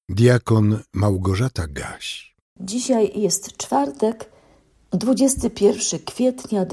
Diakon Małgorzata Gaś. Dzisiaj jest czwartek, 21 kwietnia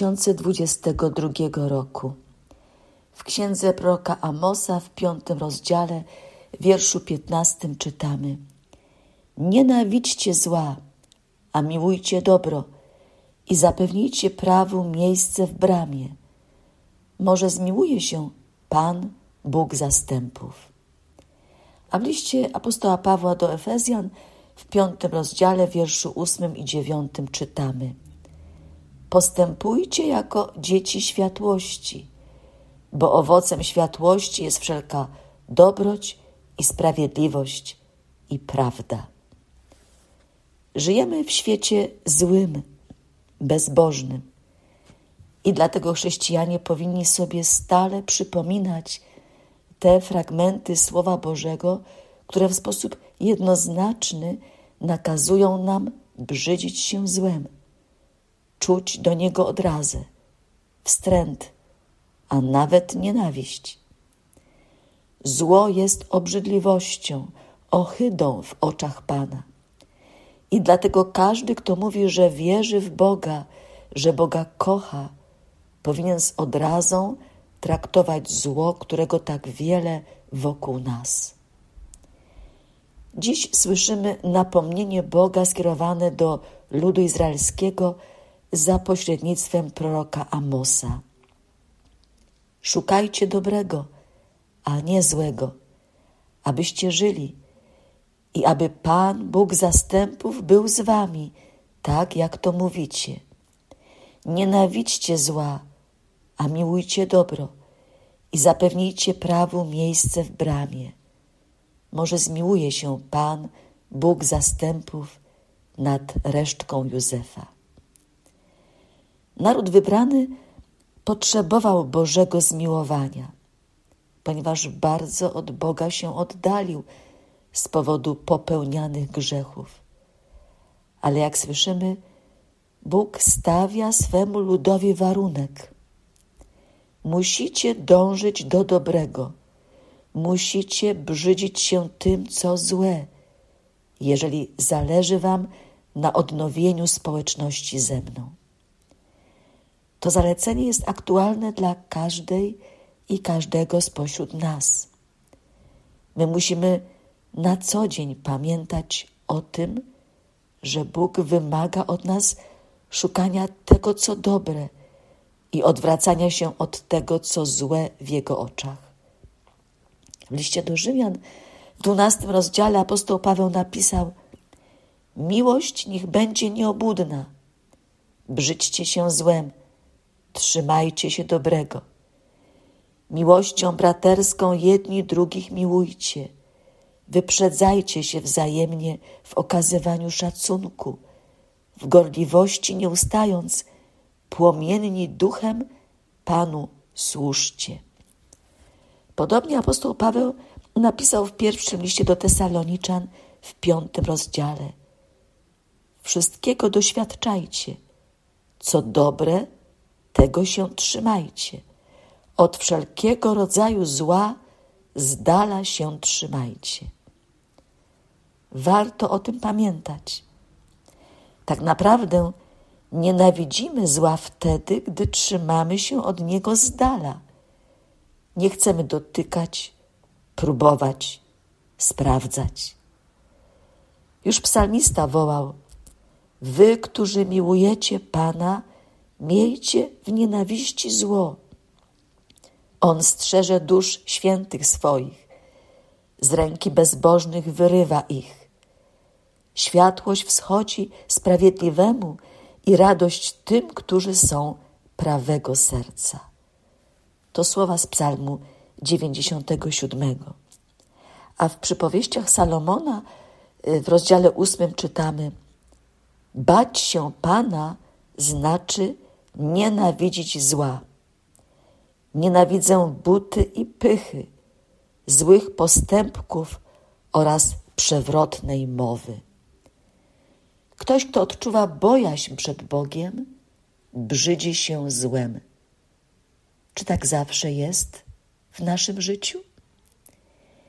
2022 roku. W księdze proroka Amosa w 5 rozdziale, wierszu 15 czytamy: Nienawidźcie zła, a miłujcie dobro i zapewnijcie prawu miejsce w bramie. Może zmiłuje się Pan, Bóg zastępów. A w liście apostoła Pawła do Efezjan w 5 rozdziale, wierszu 8 i 9 czytamy: Postępujcie jako dzieci światłości, bo owocem światłości jest wszelka dobroć i sprawiedliwość i prawda. Żyjemy w świecie złym, bezbożnym i dlatego chrześcijanie powinni sobie stale przypominać te fragmenty Słowa Bożego, które w sposób jednoznaczny nakazują nam brzydzić się złem, czuć do niego odrazę, wstręt, a nawet nienawiść. Zło jest obrzydliwością, ohydą w oczach Pana. I dlatego każdy, kto mówi, że wierzy w Boga, że Boga kocha, powinien z odrazą traktować zło, którego tak wiele wokół nas. Dziś słyszymy napomnienie Boga skierowane do ludu izraelskiego za pośrednictwem proroka Amosa. Szukajcie dobrego, a nie złego, abyście żyli i aby Pan, Bóg zastępów, był z wami, tak jak to mówicie. Nienawidźcie zła, a miłujcie dobro i zapewnijcie prawu miejsce w bramie. Może zmiłuje się Pan, Bóg zastępów, nad resztką Józefa. Naród wybrany potrzebował Bożego zmiłowania, ponieważ bardzo od Boga się oddalił z powodu popełnianych grzechów. Ale jak słyszymy, Bóg stawia swemu ludowi warunek. Musicie dążyć do dobrego. Musicie brzydzić się tym, co złe, jeżeli zależy wam na odnowieniu społeczności ze mną. To zalecenie jest aktualne dla każdej i każdego spośród nas. My musimy na co dzień pamiętać o tym, że Bóg wymaga od nas szukania tego, co dobre i odwracania się od tego, co złe w Jego oczach. W liście do Rzymian w 12 rozdziale apostoł Paweł napisał: Miłość niech będzie nieobłudna, brzydźcie się złem, trzymajcie się dobrego. Miłością braterską jedni drugich miłujcie, wyprzedzajcie się wzajemnie w okazywaniu szacunku, w gorliwości nie ustając, płomienni duchem Panu służcie. Podobnie apostoł Paweł napisał w pierwszym liście do Tesaloniczan w 5 rozdziale: Wszystkiego doświadczajcie, co dobre, tego się trzymajcie. Od wszelkiego rodzaju zła z dala się trzymajcie. Warto o tym pamiętać. Tak naprawdę nienawidzimy zła wtedy, gdy trzymamy się od niego z dala. Nie chcemy dotykać, próbować, sprawdzać. Już psalmista wołał: Wy, którzy miłujecie Pana, miejcie w nienawiści zło. On strzeże dusz świętych swoich, z ręki bezbożnych wyrywa ich. Światłość wschodzi sprawiedliwemu i radość tym, którzy są prawego serca. To słowa z psalmu 97. A w przypowieściach Salomona w rozdziale 8 czytamy: Bać się Pana znaczy nienawidzić zła. Nienawidzę buty i pychy, złych postępków oraz przewrotnej mowy. Ktoś, kto odczuwa bojaźń przed Bogiem, brzydzi się złem. Czy tak zawsze jest w naszym życiu?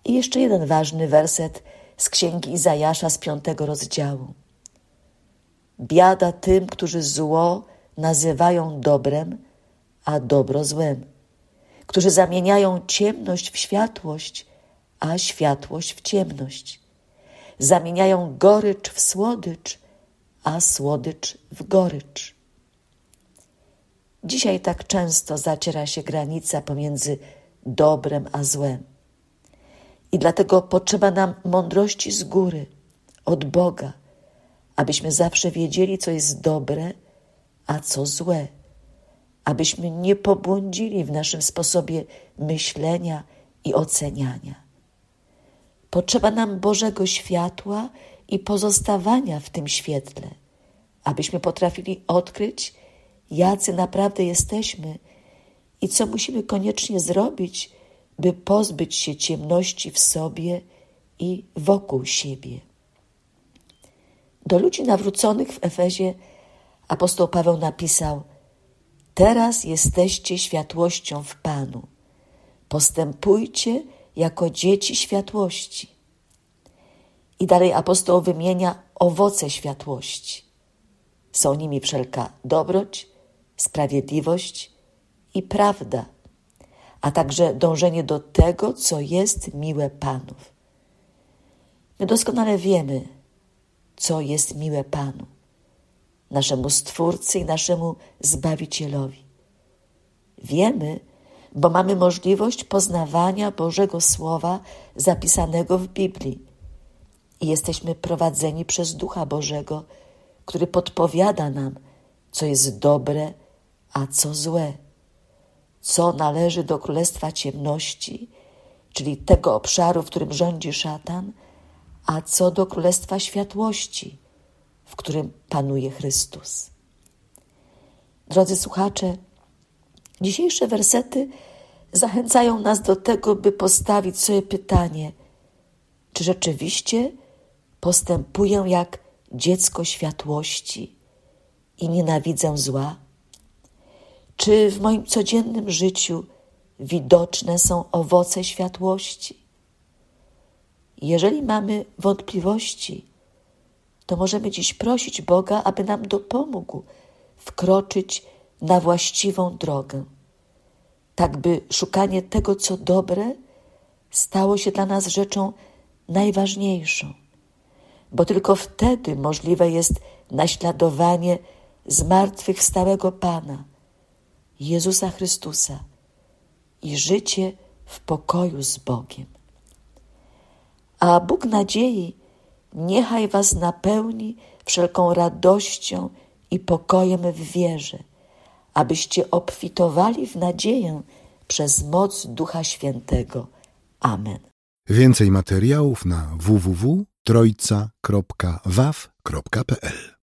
I jeszcze jeden ważny werset z Księgi Izajasza z 5 rozdziału. Biada tym, którzy zło nazywają dobrem, a dobro złem, którzy zamieniają ciemność w światłość, a światłość w ciemność. Zamieniają gorycz w słodycz, a słodycz w gorycz. Dzisiaj tak często zaciera się granica pomiędzy dobrem a złem. I dlatego potrzeba nam mądrości z góry, od Boga, abyśmy zawsze wiedzieli, co jest dobre, a co złe, abyśmy nie pobłądzili w naszym sposobie myślenia i oceniania. Potrzeba nam Bożego światła i pozostawania w tym świetle, abyśmy potrafili odkryć, jacy naprawdę jesteśmy i co musimy koniecznie zrobić, by pozbyć się ciemności w sobie i wokół siebie. Do ludzi nawróconych w Efezie apostoł Paweł napisał: teraz jesteście światłością w Panu. Postępujcie jako dzieci światłości. I dalej apostoł wymienia owoce światłości. Są nimi wszelka dobroć, sprawiedliwość i prawda, a także dążenie do tego, co jest miłe Panów. My doskonale wiemy, co jest miłe Panu, naszemu Stwórcy i naszemu Zbawicielowi. Wiemy, bo mamy możliwość poznawania Bożego Słowa zapisanego w Biblii i jesteśmy prowadzeni przez Ducha Bożego, który podpowiada nam, co jest dobre, a co złe, co należy do królestwa ciemności, czyli tego obszaru, w którym rządzi szatan, a co do królestwa światłości, w którym panuje Chrystus. Drodzy słuchacze, dzisiejsze wersety zachęcają nas do tego, by postawić sobie pytanie, czy rzeczywiście postępuję jak dziecko światłości i nienawidzę zła? Czy w moim codziennym życiu widoczne są owoce światłości? Jeżeli mamy wątpliwości, to możemy dziś prosić Boga, aby nam dopomógł wkroczyć na właściwą drogę, tak by szukanie tego, co dobre, stało się dla nas rzeczą najważniejszą, bo tylko wtedy możliwe jest naśladowanie zmartwychwstałego Pana, Jezusa Chrystusa i życie w pokoju z Bogiem. A Bóg nadziei niechaj was napełni wszelką radością i pokojem w wierze, abyście obfitowali w nadzieję przez moc Ducha Świętego. Amen. Więcej materiałów na www.trojca.waw.pl